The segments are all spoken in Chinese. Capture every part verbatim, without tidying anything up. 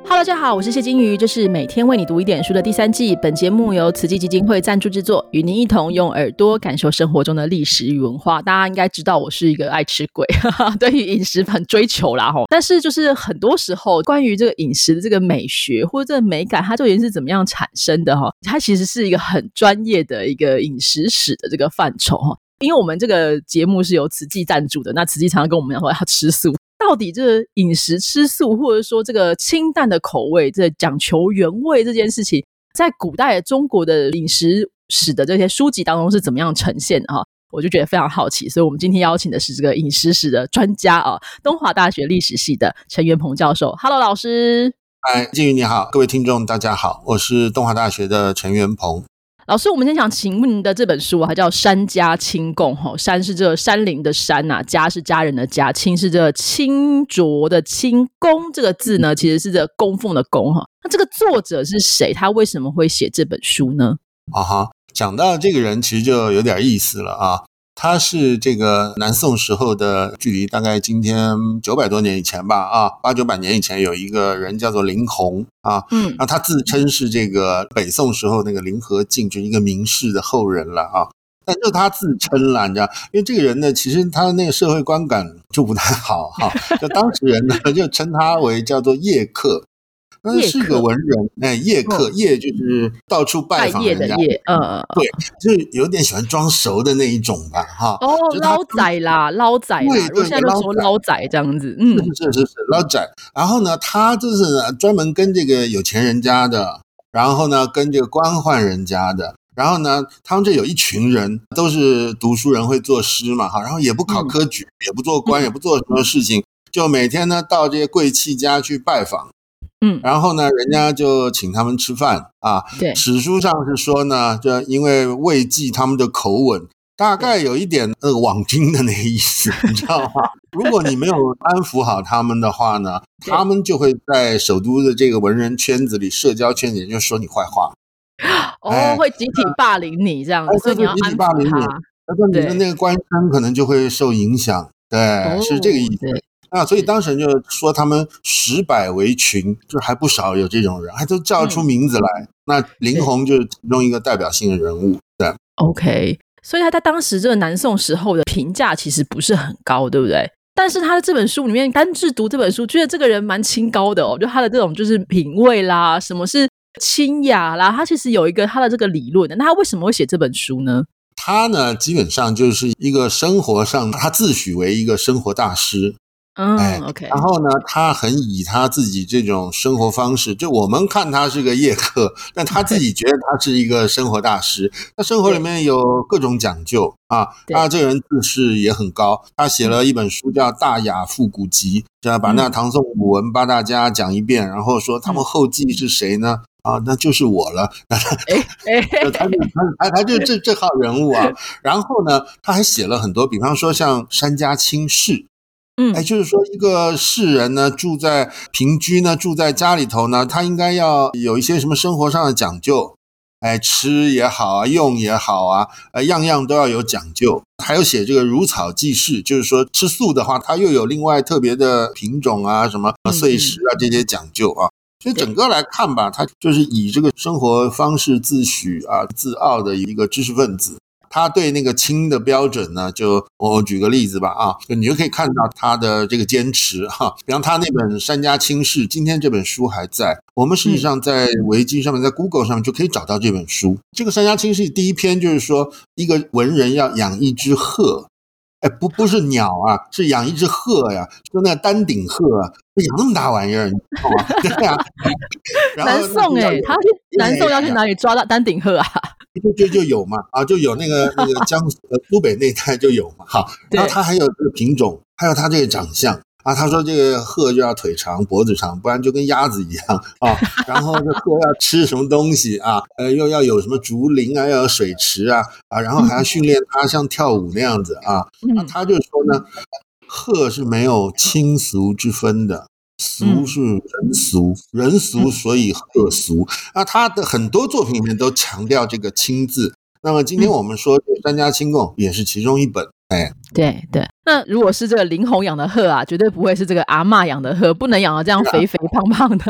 Hello， 大家好，我是谢金鱼，这是每天为你读一点书的第三季。本节目由慈济基金会赞助制作，与您一同用耳朵感受生活中的历史与文化。大家应该知道我是一个爱吃鬼，对于饮食很追求啦，但是就是很多时候关于这个饮食的这个美学或者这个美感，它究竟是怎么样产生的，它其实是一个很专业的一个饮食史的这个范畴。因为我们这个节目是由慈济赞助的，那慈济常常跟我们讲说要吃素，到底这个饮食吃素或者说这个清淡的口味，这讲求原味这件事情，在古代的中国的饮食史的这些书籍当中是怎么样呈现的，我就觉得非常好奇。所以我们今天邀请的是这个饮食史的专家啊，东华大学历史系的陈元鹏教授。 Hello 老师。 嗨，金鱼你好，各位听众大家好，我是东华大学的陈元鹏。 老师，我们先想请问您的这本书啊，叫山家清供。山是这个山林的山啊，家是家人的家，清是这个清浊的清，供这个字呢其实是这个供奉的供。那这个作者是谁？他为什么会写这本书呢？ 啊哈，讲到这个人其实就有点意思了啊。他是这个南宋时候的，距离大概今天九百多年以前吧，啊，八九百年以前有一个人叫做林洪啊，嗯，那他自称是这个北宋时候那个林和靖，就是一个名士的后人了啊。但就他自称啦，你知道，因为这个人呢，其实他那个社会观感就不太好哈，就当时人呢就称他为叫做叶客。那是个文人，哎，叶客，叶就是到处拜访人家， 拜谒的谒，呃， 对，就是有点喜欢装熟的那一种吧，哈。 哦，捞仔啦，捞仔啦，我现在就说捞仔这样子，嗯， 是是是是捞仔。然后呢，他就是专门跟这个有钱人家的，然后呢，跟这个官宦人家的。然后呢，他们这有一群人都是读书人，会作诗嘛，哈，然后也不考科举，嗯、也不做官，嗯、也不做什么事情，就每天呢到这些贵戚家去拜访。嗯，然后呢，人家就请他们吃饭啊。对，史书上是说呢，就因为慰藉他们的口吻，大概有一点那个网军的那个意思，你知道吗？如果你没有安抚好他们的话呢，他们就会在首都的这个文人圈子里、社交圈子里就说你坏话。 哦，哎、会集体霸凌你这样子，哎、所以你要安抚他。 那说你的那个官声可能就会受影响，对，哦、是这个意思。那所以当时人就说他们十百为群，就还不少有这种人，还都叫出名字来。嗯、那林洪就是其中一个代表性的人物，对。 OK， 所以他在当时这个南宋时候的评价其实不是很高，对不对？但是他的这本书里面，单是读这本书，觉得这个人蛮清高的哦，就他的这种就是品味啦，什么是清雅啦，他其实有一个他的这个理论的。那他为什么会写这本书呢？ 他呢，基本上就是一个生活上，他自诩为一个生活大师。 嗯、哎、OK， 然后呢，他很以他自己这种生活方式，就我们看他是个叶客，但他自己觉得他是一个生活大师。他生活里面有各种讲究啊，他这个人自视也很高。他写了一本书叫《大雅复古集》，就要把那唐宋古文八大家讲一遍，然后说他们后继是谁呢？啊，那就是我了。他他他他就这这号人物啊。然后呢，他还写了很多，比方说像山家清室。嗯，哎，就是说一个士人呢，住在平居呢，住在家里头呢，他应该要有一些什么生活上的讲究，哎，吃也好啊，用也好啊，呃，样样都要有讲究。还有写这个如草记事，就是说吃素的话，它又有另外特别的品种啊，什么碎石啊这些讲究啊。所以整个来看吧，他就是以这个生活方式自诩啊、自傲的一个知识分子。他对那个清的标准呢，就我举个例子吧啊，就你就可以看到他的这个坚持哈。比方他那本《山家清室》，今天这本书还在，我们实际上在维基上面、在 Google 上面就可以找到这本书。这个《山家清室》第一篇就是说，一个文人要养一只鹤。哎，不不是鸟啊，是养一只鹤呀，就那个丹顶鹤啊，养那么大玩意儿，你知道吗？对啊。 南宋哎、欸，他南宋要去哪里抓到丹顶鹤啊？ 就就就有嘛啊，就有那个那个江呃苏北那带就有嘛，好，然后它还有这个品种，还有它这个长相啊。他说这个鹤就要腿长脖子长，不然就跟鸭子一样啊。然后这鹤要吃什么东西啊？呃，又要有什么竹林啊，要有水池啊啊，然后还要训练它像跳舞那样子啊。那他就说呢，鹤是没有清俗之分的。俗是人俗，人俗所以鹤俗。那他的很多作品里面都强调这个清字。那么今天我们说《山家清供》也是其中一本。哎， 对对。那如果是这个林洪养的鹤啊，绝对不会是这个阿嬷养的鹤，不能养到这样肥肥胖胖的哦。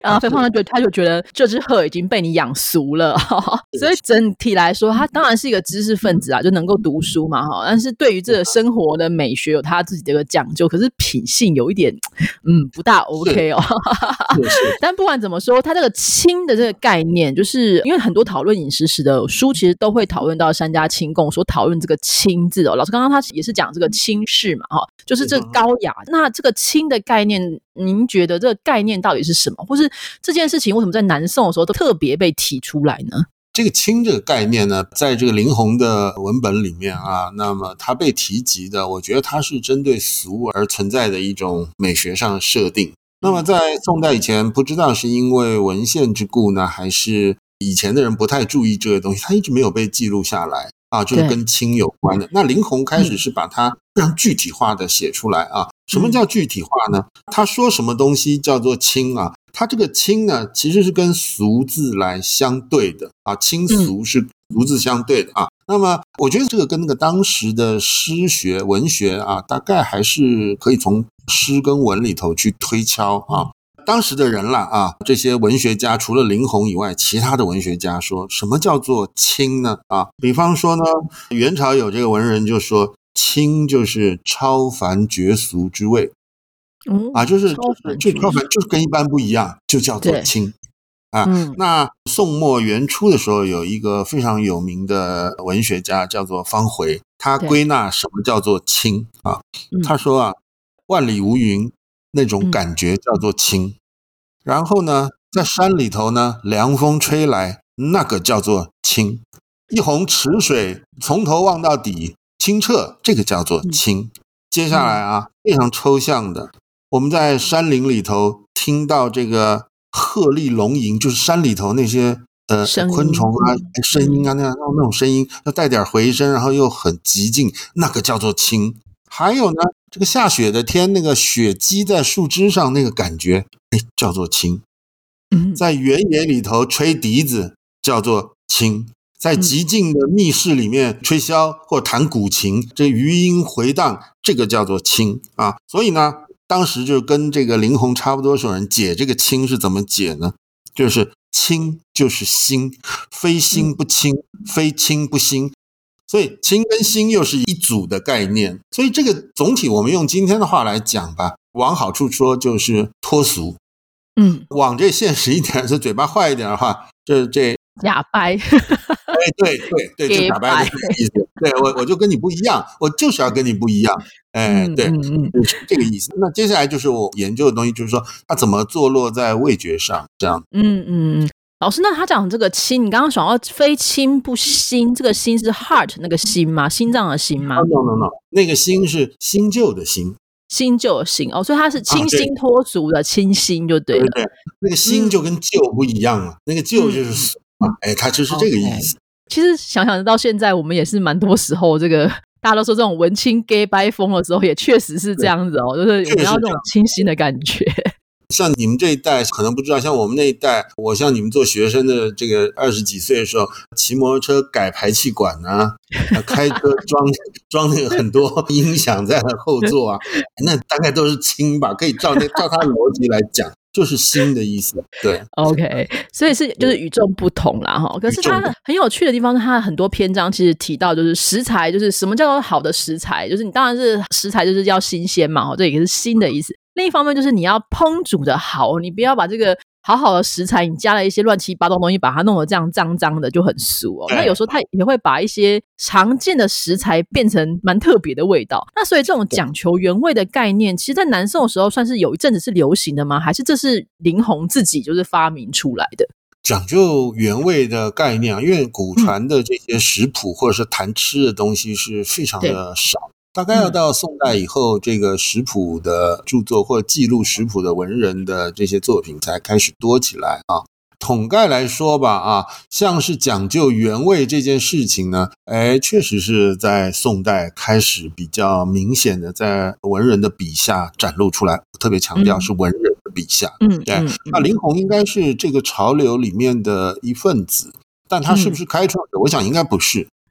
然后肥胖他就他就觉得这只鹤已经被你养俗了所以整体来说他当然是一个知识分子啊，就能够读书嘛，但是对于这个生活的美学有他自己的一个讲究，可是品性有一点嗯不大 OK 哦但不管怎么说，他这个清的这个概念，就是因为很多讨论饮食史的书其实都会讨论到三家清共所讨论这个清字哦。老师刚刚他也是讲这个清室嘛，就是这个高雅，那这个清的概念您觉得这个概念到底是什么，或是这件事情为什么在南宋的时候都特别被提出来呢？ 这个清这个概念呢，在这个林洪的文本里面啊，那么它被提及的，我觉得它是针对俗而存在的一种美学上的设定。那么在宋代以前，不知道是因为文献之故呢，还是以前的人不太注意这个东西，它一直没有被记录下来啊，就是跟清有关的。那林洪开始是把它非常具体化的写出来啊。什么叫具体化呢？他说什么东西叫做清啊？它这个清呢，其实是跟俗字来相对的啊，清俗是俗字相对的啊。那么我觉得这个跟那个当时的诗学文学啊，大概还是可以从诗跟文里头去推敲啊。当时的人啦啊，这些文学家除了林洪以外，其他的文学家说什么叫做清呢？啊，比方说呢，元朝有这个文人就说，清就是超凡绝俗之谓。嗯、啊，就是就是就超凡，就是跟一般不一样，就叫做清啊、嗯。那宋末元初的时候，有一个非常有名的文学家叫做方回，他归纳什么叫做清啊？他说啊，万里无云那种感觉叫做清、嗯，然后呢，在山里头呢，凉风吹来，那个叫做清，一泓池水从头望到底，清澈，这个叫做清。嗯、接下来啊，非常抽象的。我们在山林里头听到这个鹤唳龙吟，就是山里头那些呃昆虫啊、声音啊，那样那种声音要带点回声，然后又很极静，那个叫做清。还有呢，这个下雪的天，那个雪积在树枝上那个感觉，哎，叫做清。在原野里头吹笛子叫做清，在极静的密室里面吹箫或弹古琴，这余音回荡，这个叫做清啊。所以呢，当时就跟这个林洪差不多时候人解这个清是怎么解呢？就是清就是心，非心不清，非清不心。所以清跟心又是一组的概念。所以这个总体我们用今天的话来讲吧，往好处说就是脱俗。嗯，往这现实一点，是嘴巴坏一点的话，这这假掰。 哎，对对对，就假掰的意思。对，我我就跟你不一样，我就是要跟你不一样。哎，对，就是这个意思。那接下来就是我研究的东西，就是说它怎么坐落在味觉上，这样。 嗯嗯嗯。老师，那他讲这个清，你刚刚讲到非清不心，这个心是 heart 那个心吗？心脏的心吗？ oh, no no no， 那个心是新旧的心。 新旧的新哦，所以它是清新脱俗的清新就对了。 对对对，那个新就跟旧不一样嘛，嗯、那个旧就是俗嘛，嗯、哎，它就是这个意思。Okay. 其实想想到现在，我们也是蛮多时候这个大家都说这种文青 gay 掰风的时候，也确实是这样子哦，就是我们要这种清新的感觉。 像你们这一代可能不知道，像我们那一代，我像你们做学生的这个二十几岁的时候，骑摩托车改排气管啊，开车装装那个很多音响在后座啊，那大概都是清吧，可以照那照他的逻辑来讲，就是新的意思。对 ，OK， 所以是就是与众不同啦哈。可是它很有趣的地方是，它很多篇章其实提到就是食材，就是什么叫做好的食材，就是你当然是食材就是要新鲜嘛，这也是新的意思。另一方面就是你要烹煮的好，你不要把这个好好的食材你加了一些乱七八糟的东西把它弄得这样脏脏的就很俗哦。那有时候它也会把一些常见的食材变成蛮特别的味道。那所以这种讲求原味的概念其实在南宋的时候算是有一阵子是流行的吗？还是这是林洪自己就是发明出来的？ 讲究原味的概念啊，因为古传的这些食谱或者是谈吃的东西是非常的少，大概要到宋代以后，这个食谱的著作或者记录食谱的文人的这些作品才开始多起来啊。统概来说吧啊，像是讲究原味这件事情呢，哎，确实是在宋代开始比较明显的在文人的笔下展露出来，特别强调是文人的笔下。嗯，对。嗯嗯、那林洪应该是这个潮流里面的一份子，但他是不是开创者？嗯、我想应该不是。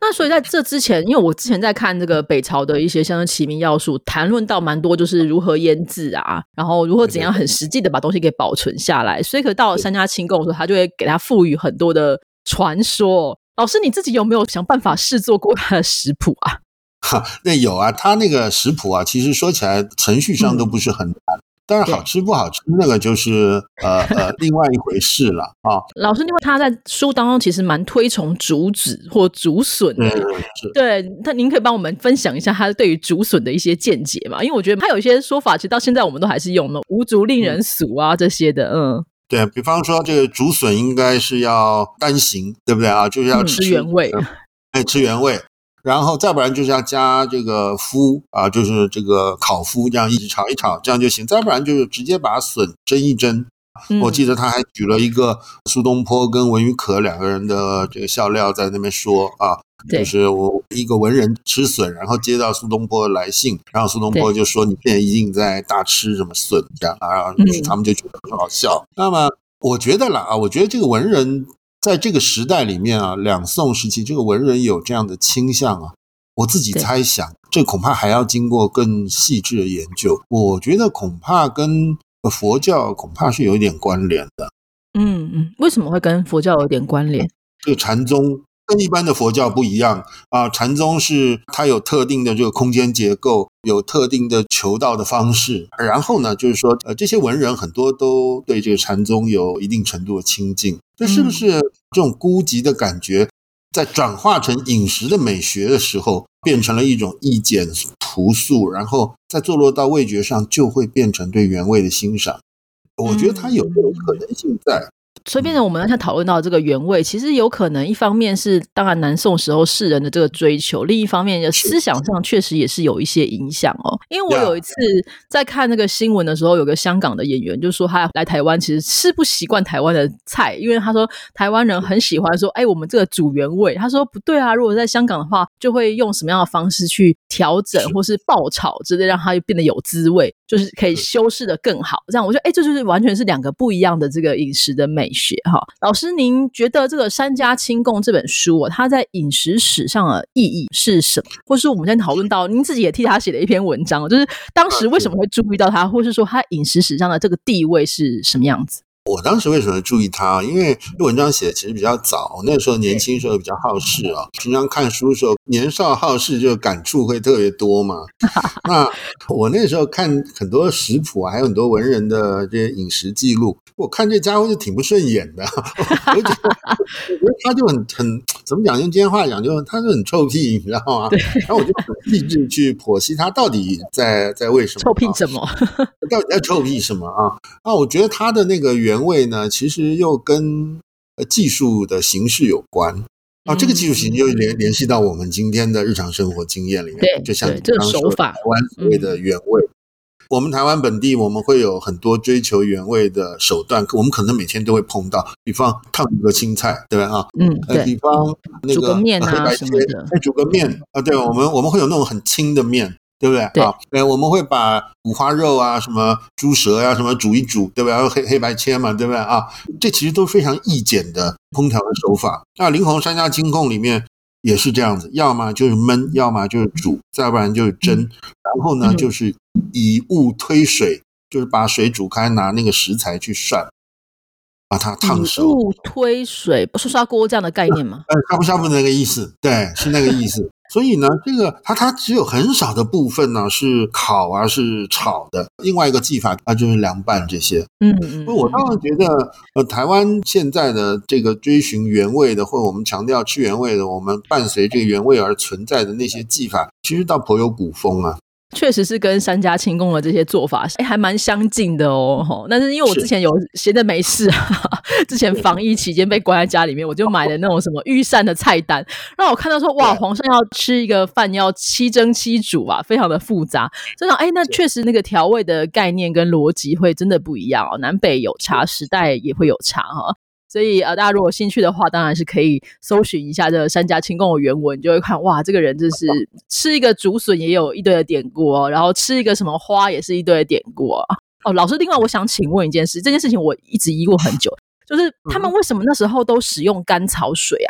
那所以在这之前，因为我之前在看这个北朝的一些像是齐民要术，谈论到蛮多就是如何腌制啊，然后如何怎样很实际的把东西给保存下来，所以可到了三家清供的时候，他就会给他赋予很多的传说。老师你自己有没有想办法试做过他的食谱啊？ 那有啊，他那个食谱啊，其实说起来程序上都不是很难。嗯，当然好吃不好吃那个就是呃呃另外一回事了啊。 老师因为他在书当中其实蛮推崇竹子或竹笋的，嗯，对，那您可以帮我们分享一下他对于竹笋的一些见解嘛？因为我觉得他有一些说法其实到现在我们都还是用的无竹令人俗啊，嗯，这些的。嗯， 对，比方说这个竹笋应该是要单行，对不对啊？就是要吃， 嗯，吃原味， 哎，吃原味。然后再不然就是要加这个麸啊，就是这个烤麸，这样一直炒一炒，这样就行。再不然就是直接把笋蒸一蒸。嗯，我记得他还举了一个苏东坡跟文鱼可两个人的这个笑料在那边说啊，就是我一个文人吃笋，然后接到苏东坡来信，然后苏东坡就说你现在一定在大吃什么笋这样啊，就是他们就觉得很好笑。嗯，那么我觉得啦啊，我觉得这个文人在这个时代里面啊，两宋时期这个文人有这样的倾向啊，我自己猜想，这恐怕还要经过更细致的研究。我觉得恐怕跟佛教恐怕是有一点关联的。 嗯嗯，为什么会跟佛教有点关联？ 这个禅宗跟一般的佛教不一样啊，禅宗是它有特定的这个空间结构，有特定的求道的方式。然后呢，就是说呃，这些文人很多都对这个禅宗有一定程度的亲近。这是不是这种孤寂的感觉在转化成饮食的美学的时候变成了一种意简朴素，然后再坐落到味觉上就会变成对原味的欣赏？我觉得它有这种可能性在。 所以变成我们刚才讨论到这个原味，其实有可能一方面是当然南宋时候世人的这个追求，另一方面的思想上确实也是有一些影响哦。因为我有一次在看那个新闻的时候，有个香港的演员就说他来台湾其实吃不习惯台湾的菜，因为他说台湾人很喜欢说哎我们这个煮原味，他说不对啊，如果在香港的话就会用什么样的方式去调整或是爆炒之类，让它变得有滋味，就是可以修饰的更好。这样我觉得哎这就是完全是两个不一样的这个饮食的美学哈。老师您觉得这个三家清供这本书、哦、它在饮食史上的意义是什么？或是我们现在讨论到您自己也替他写了一篇文章，就是当时为什么会注意到他，或是说他饮食史上的这个地位是什么样子？ 我当时为什么注意他？因为文章写的其实比较早，那时候年轻时候比较好事啊，平常看书的时候年少好事就感触会特别多嘛。那我那时候看很多食谱啊，还有很多文人的这些饮食记录，我看这家伙就挺不顺眼的。我就觉得我觉得他就很很怎么讲，用今天话讲就他是很臭屁，你知道吗？然后我就很细致去剖析他到底在在为什么臭屁什么到底在臭屁什么啊？啊，我觉得他的那个原味呢，其实又跟呃技术的形式有关啊。这个技术形式就联联系到我们今天的日常生活经验里面，就像你刚刚说的台湾所谓的原味。我们台湾本地我们会有很多追求原味的手段，我们可能每天都会碰到，比方烫一个青菜，对吧啊？ 嗯，对。 呃、比方那个煮个面啊黑白切什么的， 再煮个面啊，对，我们我们会有那种很轻的面。对不对？ 对啊，呃，我们会把五花肉啊、什么猪舌啊、什么煮一煮，对不对？然后黑黑白切嘛，对不对啊？这其实都非常易简的烹调的手法。那林鸿三家清供里面也是这样子，要么就是焖，要么就是煮，再不然就是蒸。然后呢，嗯、就是以物推水，就是把水煮开，拿那个食材去涮，把它烫熟。 以物推水，不是刷锅这样的概念吗？ 呃，呷哺呷哺那个意思，对，是那个意思。所以呢，这个它它只有很少的部分呢是烤啊，是炒的。另外一个技法，它就是凉拌这些。 嗯嗯。 我当然觉得，呃，台湾现在的这个追寻原味的，或者我们强调吃原味的，我们伴随这个原味而存在的那些技法，其实倒颇有古风啊。 确实是跟三家清供的这些做法哎，还蛮相近的哦。但是因为我之前有闲着没事啊，之前防疫期间被关在家里面，我就买了那种什么御膳的菜单，让我看到说哇，皇上要吃一个饭要七蒸七煮啊，非常的复杂。就想哎，那确实那个调味的概念跟逻辑会真的不一样哦，南北有差，时代也会有差哈。所以呃，大家如果有兴趣的话，当然是可以搜寻一下这个三家清供的原文，你就会看哇，这个人就是吃一个竹笋也有一堆的典故哦，然后吃一个什么花也是一堆的典故哦。哦，老师，另外我想请问一件事，这件事情我一直疑惑很久，就是他们为什么那时候都使用甘草水啊？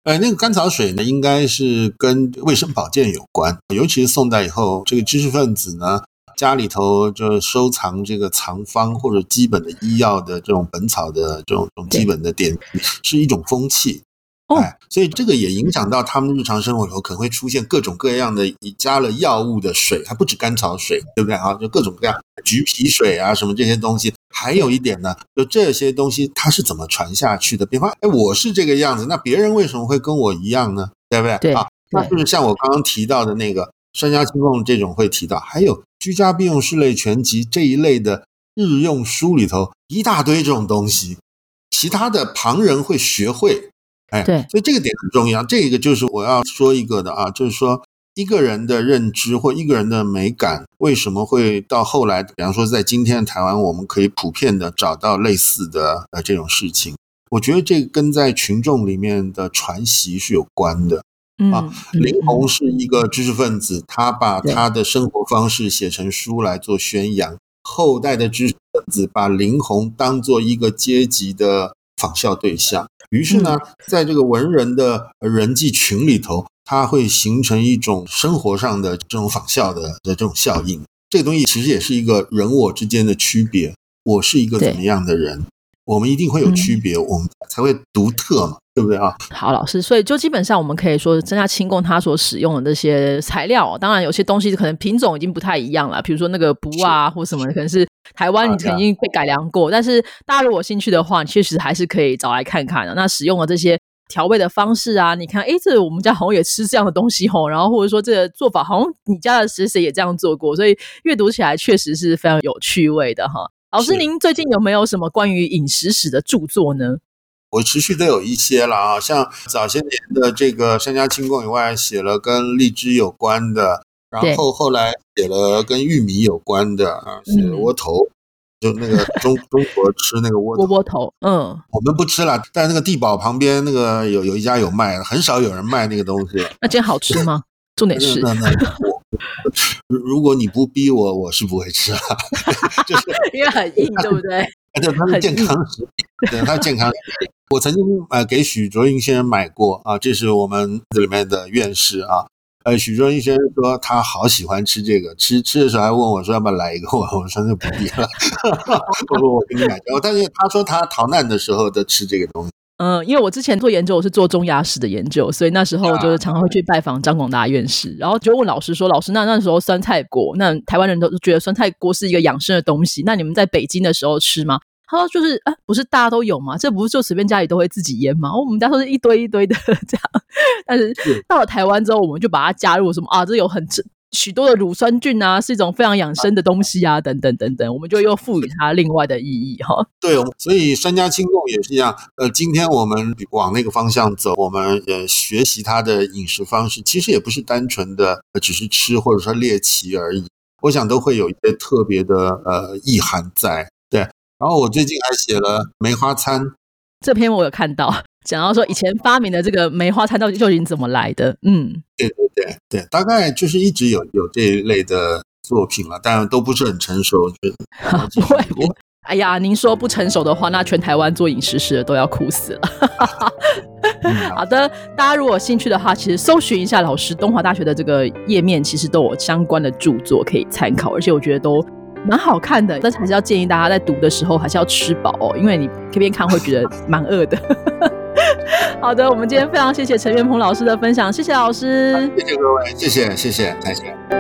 呃，那个甘草水呢，应该是跟卫生保健有关，尤其是宋代以后，这个知识分子呢，家里头就收藏这个藏方或者基本的医药的这种本草的这种这种基本的典籍，是一种风气。哎，所以这个也影响到他们日常生活以后可能会出现各种各样的加了药物的水，它不止甘草水，对不对啊？就各种各样橘皮水啊什么这些东西。还有一点呢，就这些东西它是怎么传下去的？比方，哎，我是这个样子，那别人为什么会跟我一样呢？对不对？ 对， 啊，那就是像我刚刚提到的那个山家清供这种会提到，还有居家避用室类全集这一类的日用书里头一大堆这种东西，其他的旁人会学会。哎，对，所以这个点很重要。这个就是我要说一个的啊，就是说一个人的认知或一个人的美感，为什么会到后来，比方说在今天的台湾，我们可以普遍的找到类似的呃这种事情。我觉得这个跟在群众里面的传习是有关的。嗯、啊，林鸿是一个知识分子，他把他的生活方式写成书来做宣扬，后代的知识分子把林鸿当作一个阶级的仿效对象。于是呢，在这个文人的人际群里头，它会形成一种生活上的这种仿效的这种效应。这个东西其实也是一个人我之间的区别。我是一个怎么样的人，我们一定会有区别，嗯、我们才会独特嘛，对不对啊？ 好，老师，所以就基本上我们可以说，山家清供他所使用的这些材料，当然有些东西可能品种已经不太一样了，比如说那个布啊或什么，可能是台湾你曾经被改良过，但是大家如果有兴趣的话，确实还是可以找来看看的。那使用的这些调味的方式啊，你看，诶，这我们家好像也吃这样的东西吼，然后或者说这个做法好像你家的谁谁也这样做过，所以阅读起来确实是非常有趣味的哈。老师，您最近有没有什么关于饮食史的著作呢？ 我持续都有一些了啊，像早些年的这个山家清供以外，写了跟荔枝有关的，然后后来写了跟玉米有关的啊，写了窝头，嗯、就那个中中国吃那个窝头， 窝头，嗯，我们不吃了，但那个地堡旁边那个有有一家有卖，很少有人卖那个东西。 那真好吃吗？重点是， 那那我如果你不逼我，我是不会吃了，就是因为很硬，对不对？ 对，它是健康食品，对，它是健康食品。我曾经呃给许卓英先生买过啊，这是我们这里面的院士啊。呃，许卓英先生说他好喜欢吃这个，吃吃的时候还问我说要不要来一个，我我说那不必了，我说我给你买。但是他说他逃难的时候都吃这个东西。 嗯，因为我之前做研究，我是做中亚史的研究，所以那时候就是常常会去拜访张广达院士，然后就问老师说：“老师，那那时候酸菜锅，那台湾人都觉得酸菜锅是一个养生的东西，那你们在北京的时候吃吗？”他说：“就是啊，不是大家都有吗？这不是就随便家里都会自己腌吗？我们家都是一堆一堆的这样，但是到了台湾之后，我们就把它加入什么啊，这有很许多的乳酸菌啊，是一种非常养生的东西啊，等等等等，我们就又赋予它另外的意义哈。 对，所以山家清供也是一样。呃，今天我们往那个方向走，我们呃学习它的饮食方式，其实也不是单纯的只是吃或者说猎奇而已。我想都会有一些特别的呃意涵在。对，然后我最近还写了梅花餐， 这篇我有看到，讲到说以前发明的这个梅花餐到底究竟怎么来的？嗯， 对对对对，大概就是一直有有这一类的作品了，当然都不是很成熟。 不会不会，哎呀，您说不成熟的话，那全台湾做饮食史的都要哭死了。好的，大家如果有兴趣的话，其实搜寻一下老师东华大学的这个页面，其实都有相关的著作可以参考，而且我觉得都蛮好看的，但是还是要建议大家在读的时候还是要吃饱哦，因为你边边看会觉得蛮饿的。好的，我们今天非常谢谢陈元鹏老师的分享，谢谢老师， 谢谢各位，谢谢谢谢，谢谢。